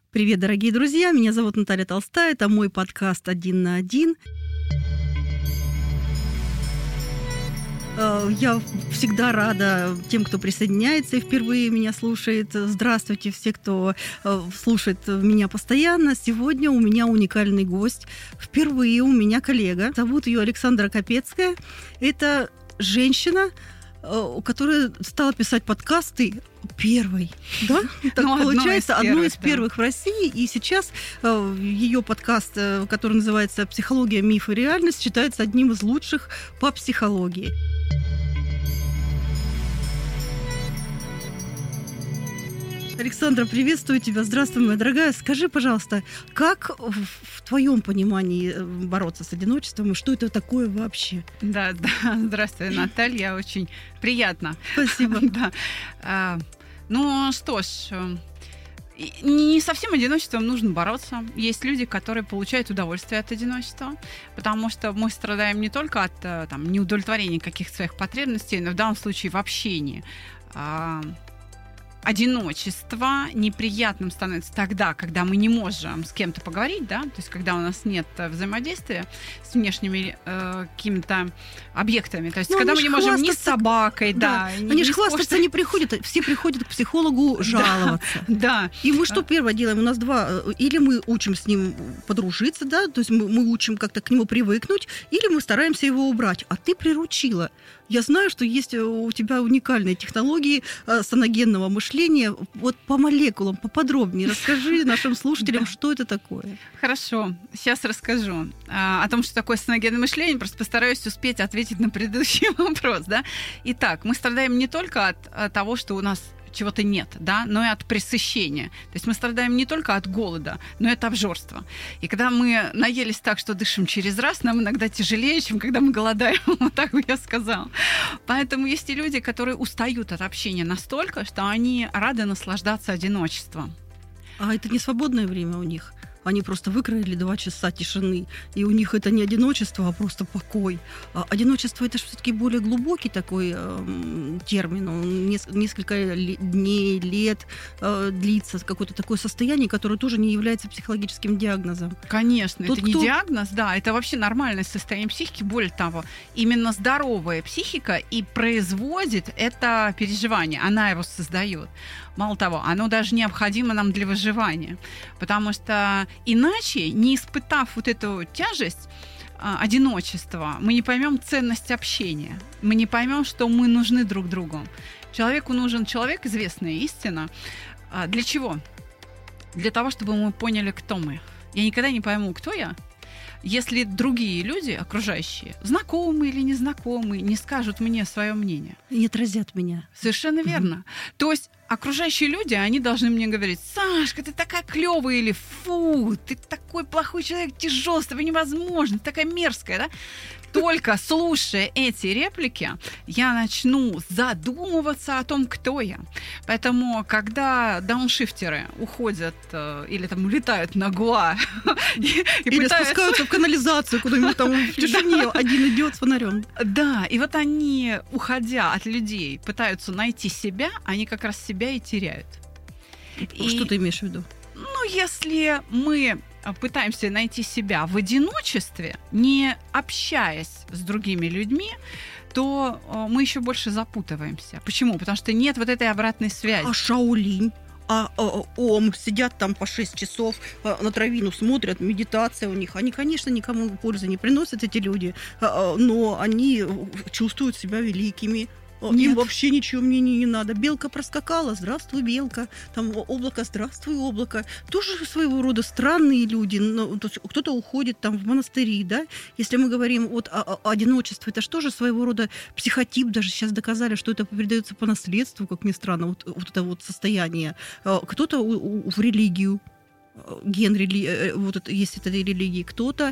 Привет, дорогие друзья! Меня зовут Наталья Толстая. Это мой подкаст «Один на один». Я всегда рада тем, кто присоединяется и впервые меня слушает. Здравствуйте, все, кто слушает меня постоянно. Сегодня у меня уникальный гость. Впервые у меня коллега. Зовут ее Александра Капецкая. Это женщина, которая стала писать подкасты первой, да? Так получается, одной из первых в России. И сейчас ее подкаст, который называется «Психология, миф и реальность», считается одним из лучших по психологии. Александра, приветствую тебя. Здравствуй, моя дорогая. Скажи, пожалуйста, как в твоем понимании бороться с одиночеством и что это такое вообще? Да, здравствуй, Наталья. Очень приятно. Спасибо. Да. Ну что ж, не совсем одиночеством нужно бороться. Есть люди, которые получают удовольствие от одиночества, потому что мы страдаем не только от неудовлетворения каких-то своих потребностей, но в данном случае в общении. Одиночество неприятным становится тогда, когда мы не можем с кем-то поговорить, да, то есть когда у нас нет взаимодействия с внешними какими-то объектами, то есть когда мы не можем ни с собакой, да. Они же хвастаться не приходят, все приходят к психологу жаловаться. Да. И мы что первое делаем? У нас два, или мы учим с ним подружиться, да, то есть мы учим как-то к нему привыкнуть, или мы стараемся его убрать, а ты приручила. Я знаю, что есть у тебя уникальные технологии саногенного мышления. Вот по молекулам, поподробнее расскажи нашим слушателям, что это такое. Хорошо, сейчас расскажу о том, что такое саногенное мышление. Просто постараюсь успеть ответить на предыдущий вопрос. Да? Итак, мы страдаем не только от того, что у нас чего-то нет, да, но и от пресыщения. То есть мы страдаем не только от голода, но и от обжорства. И когда мы наелись так, что дышим через раз, нам иногда тяжелее, чем когда мы голодаем. Вот так бы я сказала. Поэтому есть и люди, которые устают от общения настолько, что они рады наслаждаться одиночеством. А это не свободное время у них? Они просто выкроили 2 часа тишины, и у них это не одиночество, а просто покой. А одиночество — это же все-таки более глубокий такой термин. Он несколько дней, лет длится, какое-то такое состояние, которое тоже не является психологическим диагнозом. Конечно, это не диагноз, да, это вообще нормальное состояние психики. Более того, именно здоровая психика и производит это переживание, она его создает. Мало того, оно даже необходимо нам для выживания, потому что иначе, не испытав вот эту тяжесть одиночества, мы не поймем ценность общения, мы не поймем, что мы нужны друг другу. Человеку нужен человек, известная истина. Для чего? Для того, чтобы мы поняли, кто мы. Я никогда не пойму, кто я, если другие люди, окружающие, знакомые или незнакомые, не скажут мне свое мнение. Не отразят меня. Совершенно верно. То есть окружающие люди, они должны мне говорить: Сашка, ты такая клёвая, или фу, ты такой плохой человек, тяжелый, с тобой невозможно, ты такая мерзкая, да? Только слушая эти реплики, я начну задумываться о том, кто я. Поэтому, когда дауншифтеры уходят или там улетают на Гоа или спускаются в канализацию куда-нибудь там в тишине, один идет с фонарем. Да, и вот они, уходя от людей, пытаются найти себя, они как раз себя и теряют. Что ты имеешь в виду? Ну, если мы пытаемся найти себя в одиночестве, не общаясь с другими людьми, то мы еще больше запутываемся. Почему? Потому что нет вот этой обратной связи. А Шаолинь? Ом сидят там по 6 часов, на травину смотрят, медитация у них. Они, конечно, никому пользы не приносят, эти люди, но они чувствуют себя великими. Им вообще ничего мне не надо. Белка проскакала, здравствуй, белка. Там облако, здравствуй, облако. Тоже своего рода странные люди. Но, то есть кто-то уходит там в монастыри, да? Если мы говорим о одиночестве, это же тоже своего рода психотип. Даже сейчас доказали, что это передается по наследству, как ни странно, вот это вот состояние. Кто-то в религию. Ген вот это, есть это религии. Кто-то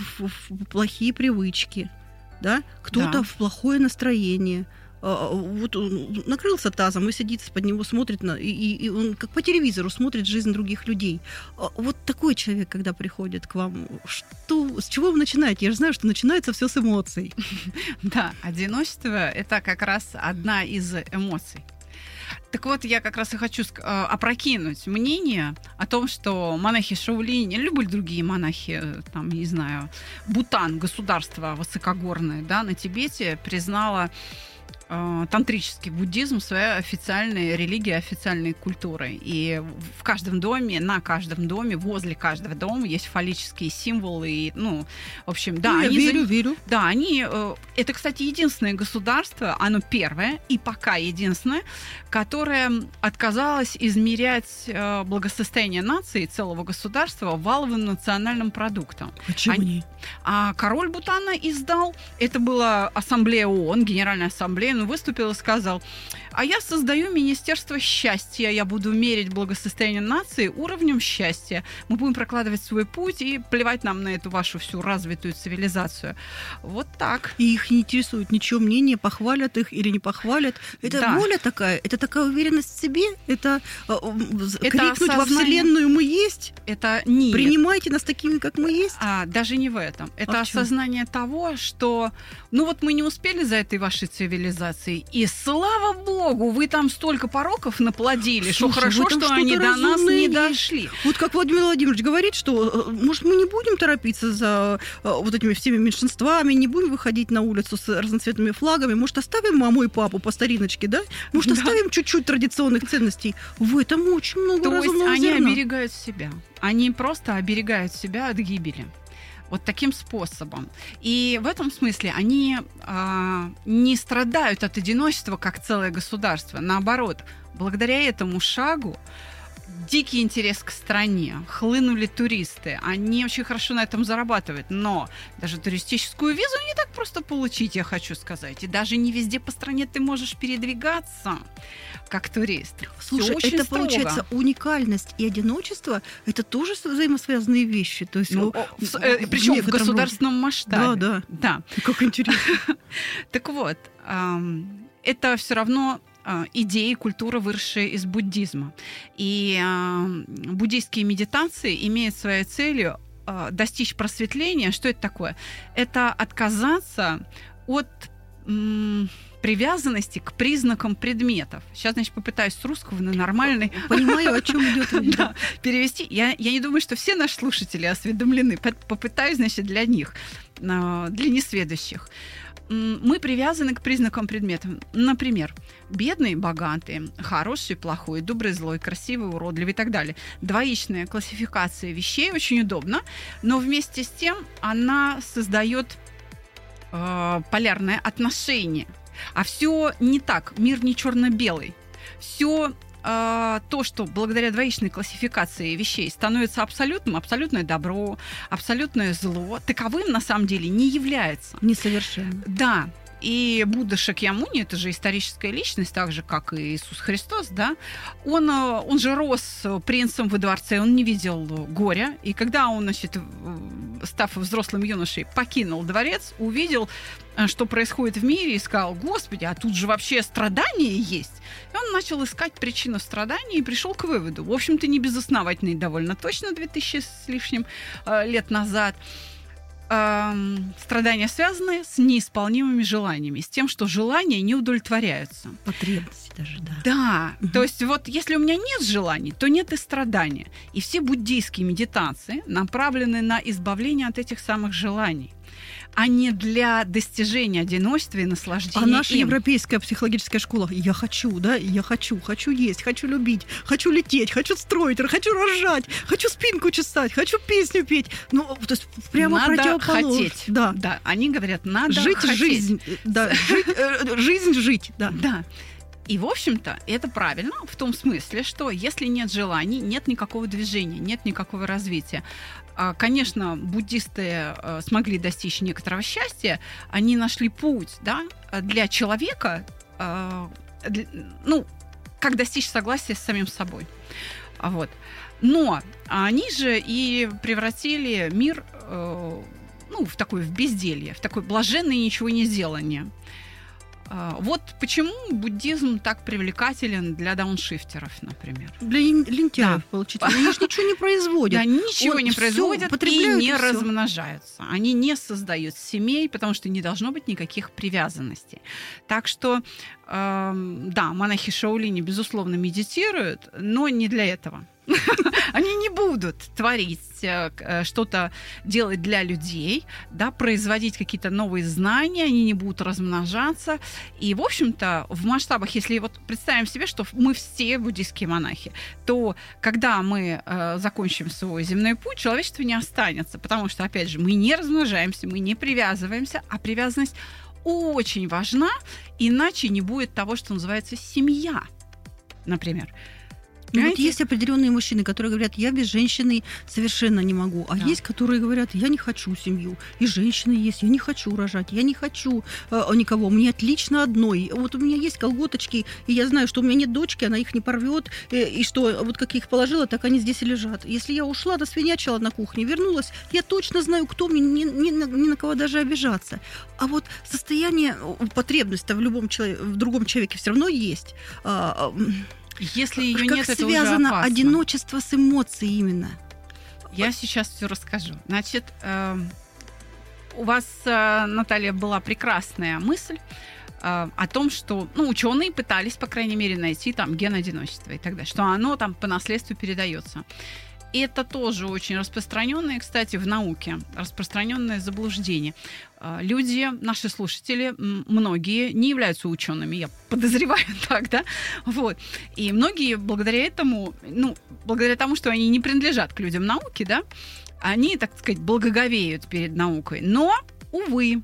в плохие привычки, да? Кто-то в плохое настроение. Вот он накрылся тазом и сидит под него, смотрит и он как по телевизору смотрит жизнь других людей. Вот такой человек, когда приходит к вам, с чего вы начинаете? Я же знаю, что начинается все с эмоций. Да, одиночество — это как раз одна из эмоций. Так вот, я как раз и хочу опрокинуть мнение о том, что монахи Шаолинь или любые другие монахи, там, не знаю, Бутан, государство высокогорное, да, на Тибете признало тантрический буддизм своей официальной религией, официальной культурой. И в каждом доме, на каждом доме, возле каждого дома есть фаллические символы. И, ну, в общем, да, я верю. Да, они... Это, кстати, единственное государство, оно первое и пока единственное, которое отказалось измерять благосостояние нации и целого государства валовым национальным продуктом. Почему? А король Бутана издал, это была ассамблея ООН, Генеральная ассамблея, он выступил и сказал: а я создаю Министерство счастья, я буду мерить благосостояние нации уровнем счастья. Мы будем прокладывать свой путь и плевать нам на эту вашу всю развитую цивилизацию. Вот так. И их не интересует ничего мнение, похвалят их или не похвалят. Это воля такая, это такая уверенность в себе, это крикнуть во Вселенную «Мы есть». Это не... Принимайте нас такими, как мы есть. Даже не в этом. Это осознание того, что ну вот мы не успели за этой вашей цивилизацией, и слава богу, вы там столько пороков наплодили, что хорошо, что они до нас не дошли. Вот как Владимир Владимирович говорит, что, может, мы не будем торопиться за вот этими всеми меньшинствами, не будем выходить на улицу с разноцветными флагами, может, оставим маму и папу по стариночке, да? Может, оставим чуть-чуть традиционных ценностей. В этом очень много разумного зерна. То есть они оберегают себя. Они просто оберегают себя от гибели. Вот таким способом. И в этом смысле они не страдают от одиночества, как целое государство. Наоборот, благодаря этому шагу дикий интерес к стране, хлынули туристы, они очень хорошо на этом зарабатывают, но даже туристическую визу не так просто получить, я хочу сказать, и даже не везде по стране ты можешь передвигаться как турист. Слушай, это строго. Получается уникальность и одиночество, это тоже взаимосвязанные вещи, то есть причем в государственном масштабе. Да. Как интересно. Так вот, это все равно идеи, культура, выросшая из буддизма. И буддийские медитации имеют своей целью достичь просветления. Что это такое? Это отказаться от привязанности к признакам предметов. Сейчас, значит, попытаюсь с русского на нормальный... Понимаю, о чем идет речь. Да, перевести. Я не думаю, что все наши слушатели осведомлены. Попытаюсь, значит, для них, для несведущих. Мы привязаны к признакам предметов. Например, бедный, богатый, хороший, плохой, добрый, злой, красивый, уродливый и так далее. Двоичная классификация вещей очень удобна, но вместе с тем она создает полярное отношение. А все не так. Мир не черно-белый. Все то, что благодаря двоичной классификации вещей становится абсолютным, абсолютное добро, абсолютное зло, таковым на самом деле не является. Несовершенно. Да. И Будда Шакьямуни, это же историческая личность, так же, как и Иисус Христос, да, он же рос принцем во дворце, он не видел горя, и когда он, значит, став взрослым юношей, покинул дворец, увидел, что происходит в мире, и сказал: Господи, а тут же вообще страдания есть. И он начал искать причину страданий и пришел к выводу, в общем-то, не безосновательный, довольно точно, 2000 с лишним лет назад. Страдания связаны с неисполнимыми желаниями, с тем, что желания не удовлетворяются. Потребности даже, да. Да, то есть вот если у меня нет желаний, то нет и страдания. И все буддийские медитации направлены на избавление от этих самых желаний, а не для достижения одиночества и наслаждения. А наша европейская психологическая школа: я хочу, да, я хочу есть, хочу любить, хочу лететь, хочу строить, хочу рожать, хочу спинку чесать, хочу песню петь. Ну, то есть прямо противоположно. Надо хотеть. Да, они говорят, надо жить хотеть. Жизнь. Да, жизнь жить. Да. И, в общем-то, это правильно в том смысле, что если нет желаний, нет никакого движения, нет никакого развития. Конечно, буддисты смогли достичь некоторого счастья, они нашли путь, да, для человека, как достичь согласия с самим собой. Вот. Но они же и превратили мир в безделье, в такое блаженное ничего не сделание. Вот почему буддизм так привлекателен для дауншифтеров, например. Для лентяев, получается. Они же ничего не производят. Да, ничего не производят и не размножаются. Они не создают семей, потому что не должно быть никаких привязанностей. Так что, да, монахи Шаолини, безусловно, медитируют, но не для этого. Они не будут творить что-то, делать для людей, да, производить какие-то новые знания, они не будут размножаться. И, в общем-то, в масштабах, если вот представим себе, что мы все буддийские монахи, то когда мы закончим свой земной путь, человечество не останется, потому что, опять же, мы не размножаемся, мы не привязываемся, а привязанность очень важна, иначе не будет того, что называется семья, например. Ну, вот есть определенные мужчины, которые говорят, я без женщины совершенно не могу. А есть, которые говорят, я не хочу семью. И женщины есть, я не хочу рожать, я не хочу никого. Мне отлично одной. Вот у меня есть колготочки, и я знаю, что у меня нет дочки, она их не порвет, и что вот как я их положила, так они здесь и лежат. Если я ушла, досвинячила на кухне, вернулась, я точно знаю, кто мне, ни на кого даже обижаться. А вот состояние, потребность в любом человеке, в другом человеке все равно есть. Если ее как нет, это связано уже опасно. Одиночество с эмоцией именно? Я сейчас все расскажу. Значит, у вас, Наталья, была прекрасная мысль о том, что ученые пытались, по крайней мере, найти там ген одиночества и так далее, что оно там по наследству передается. И это тоже очень распространенное, кстати, в науке, распространенное заблуждение. Люди, наши слушатели, многие не являются учеными, я подозреваю так, да, вот. И многие благодаря этому, благодаря тому, что они не принадлежат к людям науки, да, они, так сказать, благоговеют перед наукой. Но увы,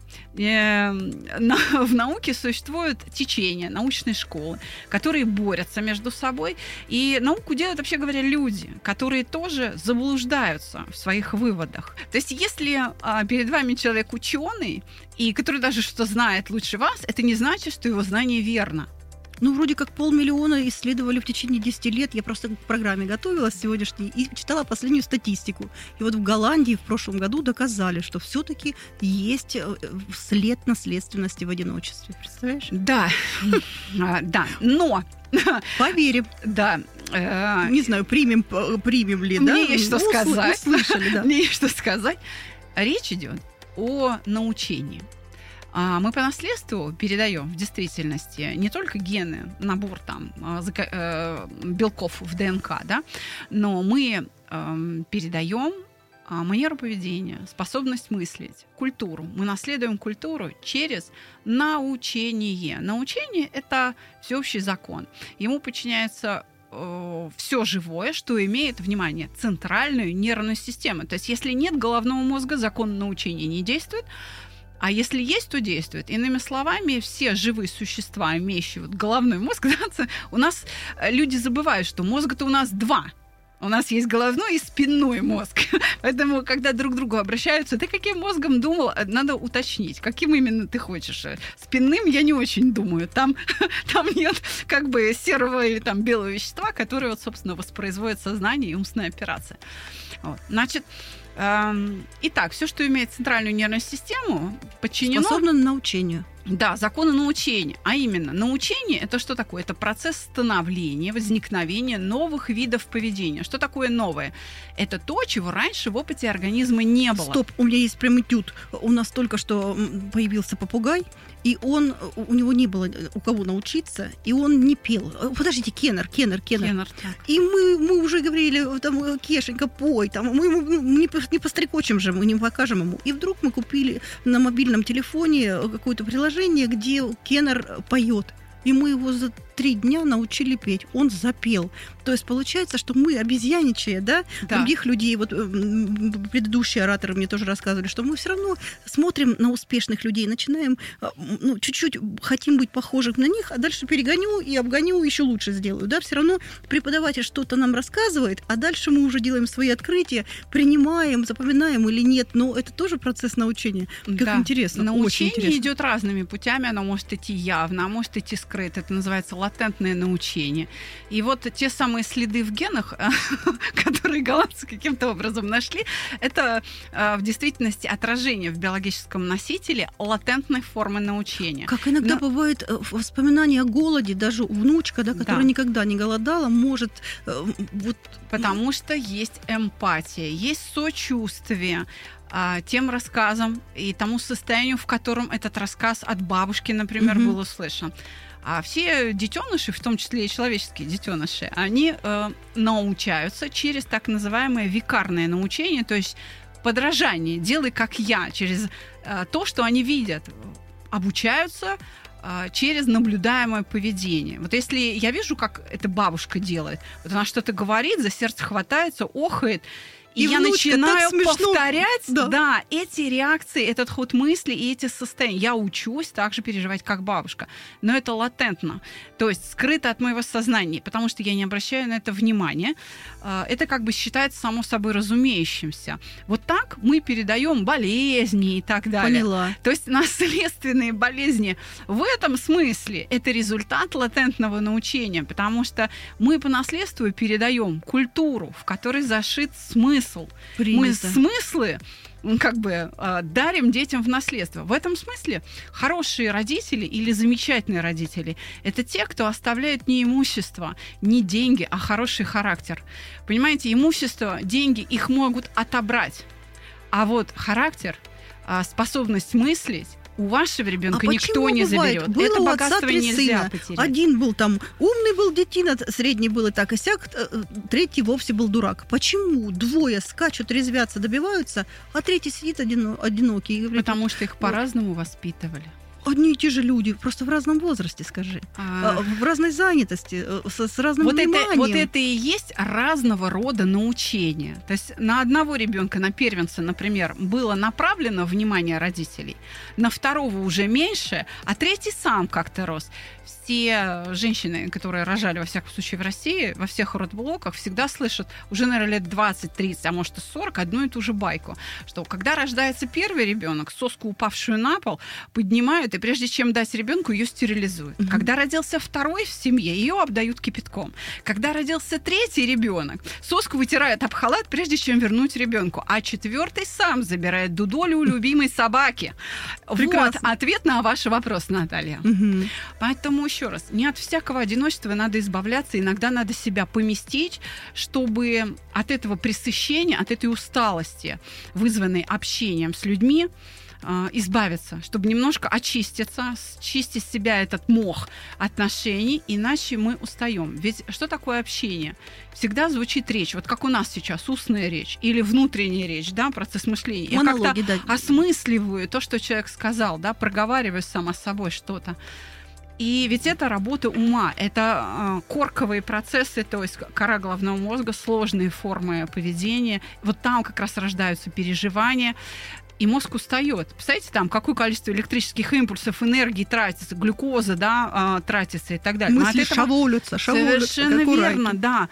в науке существуют течения, научные школы, которые борются между собой. И науку делают, вообще говоря, люди, которые тоже заблуждаются в своих выводах. То есть если перед вами человек ученый, и который даже что-то знает лучше вас, это не значит, что его знание верно. Вроде как 500 000 исследовали в течение 10 лет. Я просто к программе готовилась сегодняшней и читала последнюю статистику. И вот в Голландии в прошлом году доказали, что все-таки есть след наследственности в одиночестве. Представляешь? Да, да, но... Поверим. Да. Не знаю, примем ли, да? Мне есть что сказать. Услышали, да. Мне есть что сказать. Речь идет о научении. Мы по наследству передаем в действительности не только гены, набор там белков в ДНК, да, но мы передаем манеру поведения, способность мыслить, культуру. Мы наследуем культуру через научение. Научение – это всеобщий закон. Ему подчиняется все живое, что имеет, внимание, центральную нервную систему. То есть если нет головного мозга, закон научения не действует. А если есть, то действует. Иными словами, все живые существа, имеющие головной мозг, да, у нас люди забывают, что мозга-то у нас два. У нас есть головной и спинной мозг. Поэтому, когда друг к другу обращаются, ты каким мозгом думал, надо уточнить, каким именно ты хочешь. Спинным я не очень думаю. Там нет как бы серого или там белого вещества, которое, вот, собственно, воспроизводит сознание и умственная операция. Вот. Значит, итак, все, что имеет центральную нервную систему, подчинено... Способно к научению. Да, законы научения. А именно, научение – это что такое? Это процесс становления, возникновения новых видов поведения. Что такое новое? Это то, чего раньше в опыте организма не было. Стоп, у меня есть прям этюд. У нас только что появился попугай, и у него не было у кого научиться, и он не пел. Подождите, Кеннер. И мы уже говорили, там, Кешенька, пой, там, мы ему не пострекочем же, мы не покажем ему. И вдруг мы купили на мобильном телефоне какое-то приложение, где Кеннер поет. И мы его за 3 дня научили петь. Он запел. То есть получается, что мы, обезьяничая, да, других людей, вот предыдущие ораторы мне тоже рассказывали, что мы все равно смотрим на успешных людей, начинаем, чуть-чуть хотим быть похожим на них, а дальше перегоню и обгоню, еще лучше сделаю. Да, все равно преподаватель что-то нам рассказывает, а дальше мы уже делаем свои открытия, принимаем, запоминаем или нет. Но это тоже процесс научения. Как интересно. Научение идет разными путями. Оно может идти явно, а может идти скрыто. Это называется латентное научение. И вот те самые следы в генах, которые голландцы каким-то образом нашли, это в действительности отражение в биологическом носителе латентной формы научения. Как иногда бывает воспоминание о голоде, даже внучка, да, которая никогда не голодала, может... Потому что есть эмпатия, есть сочувствие тем рассказам и тому состоянию, в котором этот рассказ от бабушки, например, был услышан. А все детеныши, в том числе и человеческие детеныши, они научаются через так называемое викарное научение, то есть подражание, делай как я, через то, что они видят, обучаются через наблюдаемое поведение. Вот если я вижу, как эта бабушка делает, вот она что-то говорит, за сердце хватается, охает, и я начинаю повторять эти реакции, этот ход мысли и эти состояния. Я учусь также переживать, как бабушка. Но это латентно, то есть скрыто от моего сознания, потому что я не обращаю на это внимания. Это как бы считается само собой разумеющимся. Вот так мы передаем болезни и так далее. Поняла. То есть наследственные болезни в этом смысле это результат латентного научения, потому что мы по наследству передаем культуру, в которой зашит смысл. Принято. Мы смыслы как бы дарим детям в наследство. В этом смысле хорошие родители или замечательные родители — это те, кто оставляет не имущество, не деньги, а хороший характер. Понимаете, имущество, деньги их могут отобрать. А вот характер, способность мыслить у вашего ребенка никто не заберет. Было это у богатство отца 3 нельзя сына. потерять. Один был там умный был детина, средний был и так и сяк, третий вовсе был дурак. Почему 2 скачут, резвятся, добиваются, а третий сидит одинокий? И говорит, потому что их по-разному воспитывали. Одни и те же люди, просто в разном возрасте, скажи. В разной занятости, с разным вниманием. Вот это и есть разного рода научение. То есть на одного ребенка, на первенца, например, было направлено внимание родителей, на второго уже меньше, а третий сам как-то рос. Все женщины, которые рожали, во всяком случае, в России, во всех родблоках, всегда слышат уже, наверное, лет 20-30, а может и 40, одну и ту же байку, что когда рождается первый ребенок, соску, упавшую на пол, поднимают, и прежде чем дать ребенку, ее стерилизуют. Когда родился второй в семье, ее обдают кипятком. Когда родился третий ребенок, соску вытирают об халат, прежде чем вернуть ребенку, а четвертый сам забирает дудолю у любимой собаки. Прекрасно. Вот ответ на ваш вопрос, Наталья. Поэтому еще раз, не от всякого одиночества надо избавляться, иногда надо себя поместить, чтобы от этого пресыщения, от этой усталости, вызванной общением с людьми, избавиться, чтобы немножко очиститься, счистить с себя этот мох отношений, иначе мы устаем. Ведь что такое общение? Всегда звучит речь, вот как у нас сейчас, устная речь или внутренняя речь, да, процесс мышления. Монологи, я как-то осмысливаю то, что человек сказал, да, проговариваю сама с собой что-то. И ведь это работа ума, это корковые процессы, то есть кора головного мозга, сложные формы поведения. Вот там как раз рождаются переживания, и мозг устает. Представляете, там какое количество электрических импульсов, энергии тратится, глюкоза, да, тратится и так далее. Мысли шаволются. Совершенно верно, да.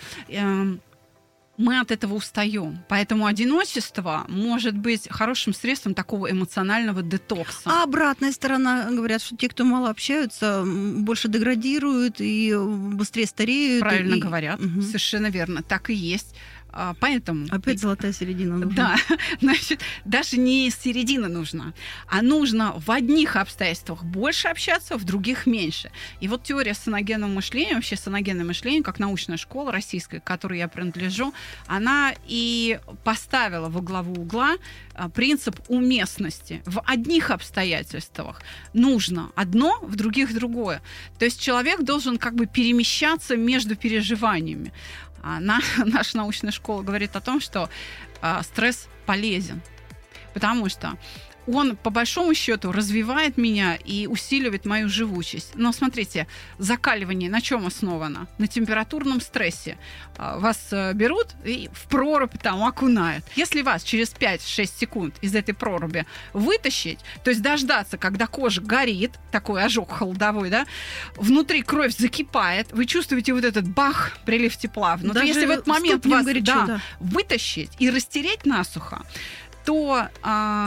Мы от этого устаем. Поэтому одиночество может быть хорошим средством такого эмоционального детокса. А обратная сторона, говорят, что те, кто мало общаются, больше деградируют и быстрее стареют. Правильно говорят, совершенно верно. Так и есть. Поэтому... Опять золотая середина нужна. Да, значит, даже не середина нужна, а нужно в одних обстоятельствах больше общаться, в других меньше. И вот теория саногенного мышления, вообще саногенное мышление, как научная школа российская, к которой я принадлежу, она и поставила во главу угла принцип уместности. В одних обстоятельствах нужно одно, в других другое. То есть человек должен как бы перемещаться между переживаниями. Наша научная школа говорит о том, что стресс полезен, потому что он, по большому счету, развивает меня и усиливает мою живучесть. Но смотрите, закаливание на чем основано? На температурном стрессе. Вас берут и в прорубь там окунают. Если вас через 5-6 секунд из этой проруби вытащить, то есть дождаться, когда кожа горит, такой ожог холодовой, да, внутри кровь закипает, вы чувствуете вот этот бах, прилив тепла. Внутри, если в этот момент вас вытащить и растереть насухо, то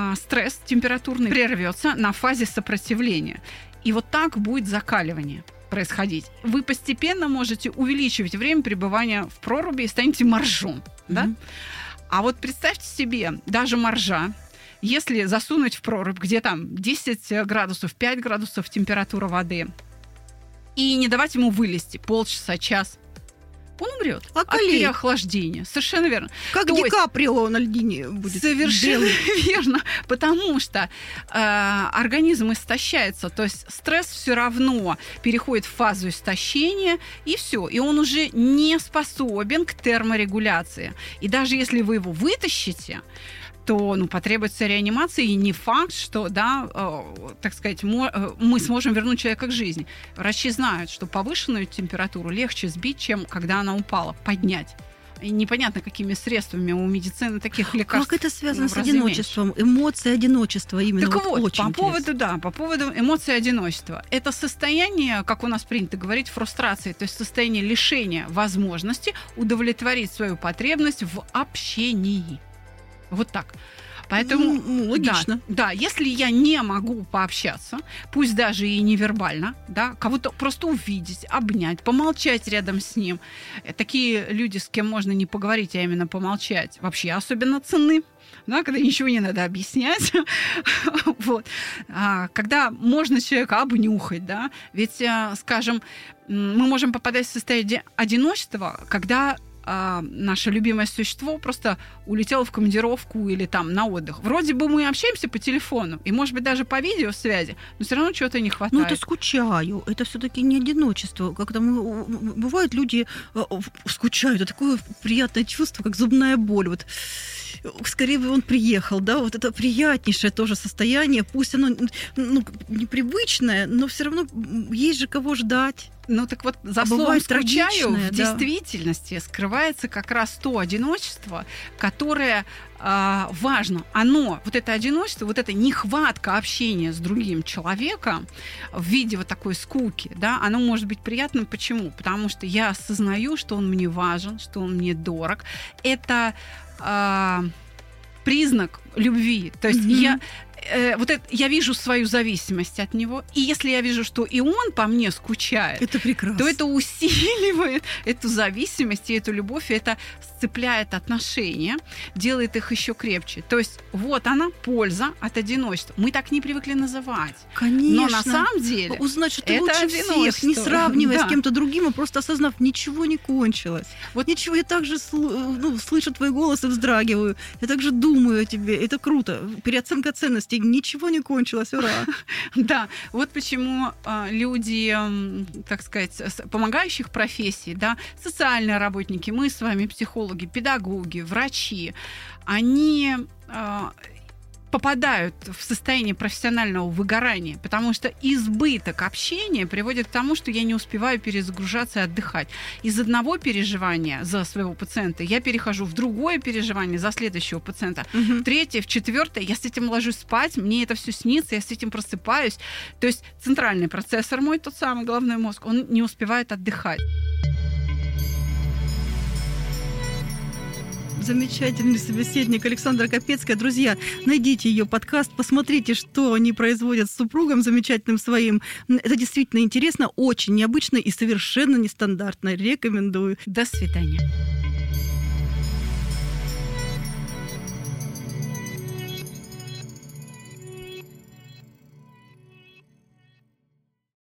стресс температурный прервется на фазе сопротивления. И вот так будет закаливание. происходить. Вы постепенно можете увеличивать время пребывания в проруби и станете моржом. Да? А вот представьте себе, даже моржа, если засунуть в прорубь, где там 10 градусов, 5 градусов температура воды, и не давать ему вылезти полчаса, час, он умрет от переохлаждения. Совершенно верно. Как Ди Каприо на льдине будет. Совершенно верно. Потому что организм истощается. То есть стресс все равно переходит в фазу истощения, и все. И он уже не способен к терморегуляции. И даже если вы его вытащите, то потребуется реанимация, и не факт, что, так сказать, мы сможем вернуть человека к жизни. Врачи знают, что повышенную температуру легче сбить, чем когда она упала, поднять. И непонятно, какими средствами у медицины таких лекарств. Как это связано с одиночеством? Меньше. Эмоции одиночества именно. Так вот, очень по поводу эмоций одиночества. Это состояние, как у нас принято говорить, фрустрации, то есть состояние лишения возможности удовлетворить свою потребность в общении. Вот так. Поэтому, логично. Да, если я не могу пообщаться, пусть даже и невербально, кого-то просто увидеть, обнять, помолчать рядом с ним. Такие люди, с кем можно не поговорить, а именно помолчать, вообще особенно ценны. Когда ничего не надо объяснять. Вот. Когда можно человека обнюхать. Ведь, скажем, мы можем попадать в состояние одиночества, когда наше любимое существо просто улетело в командировку или там на отдых. Вроде бы мы общаемся по телефону и, может быть, даже по видеосвязи, но все равно чего-то не хватает. Это скучаю. Это все-таки не одиночество. Когда бывают люди скучают. Это такое приятное чувство, как зубная боль. Вот скорее бы он приехал, вот это приятнейшее тоже состояние. Пусть оно непривычное, но все равно есть же кого ждать. Так вот, за словом «скучаю» в действительности скрывается как раз то одиночество, которое важно. Вот это одиночество, вот эта нехватка общения с другим человеком в виде вот такой скуки, оно может быть приятным. Почему? Потому что я осознаю, что он мне важен, что он мне дорог. Это признак любви. То есть я вижу свою зависимость от него, и если я вижу, что и он по мне скучает, это прекрасно. То это усиливает эту зависимость и эту любовь, и это сцепляет отношения, делает их еще крепче. То есть вот она, польза от одиночества. Мы так не привыкли называть. Конечно. Но на самом деле узнать, что ты это лучше всех, не сравнивая с кем-то другим, а просто осознав, ничего не кончилось. Ничего, я также слышу твой голос и вздрагиваю. Я также думаю о тебе. Это круто. Переоценка ценностей. Ничего не кончилось, ура! Да, вот почему люди, так сказать, помогающих профессий, социальные работники, мы с вами психологи, педагоги, врачи, они попадают в состояние профессионального выгорания, потому что избыток общения приводит к тому, что я не успеваю перезагружаться и отдыхать. Из одного переживания за своего пациента я перехожу в другое переживание за следующего пациента, в третье, в четвертое, я с этим ложусь спать, мне это все снится, я с этим просыпаюсь. То есть центральный процессор мой, тот самый головной мозг, он не успевает отдыхать. Замечательный собеседник Александра Капецкая. Друзья, найдите ее подкаст, посмотрите, что они производят с супругом замечательным своим. Это действительно интересно, очень необычно и совершенно нестандартно. Рекомендую. До свидания.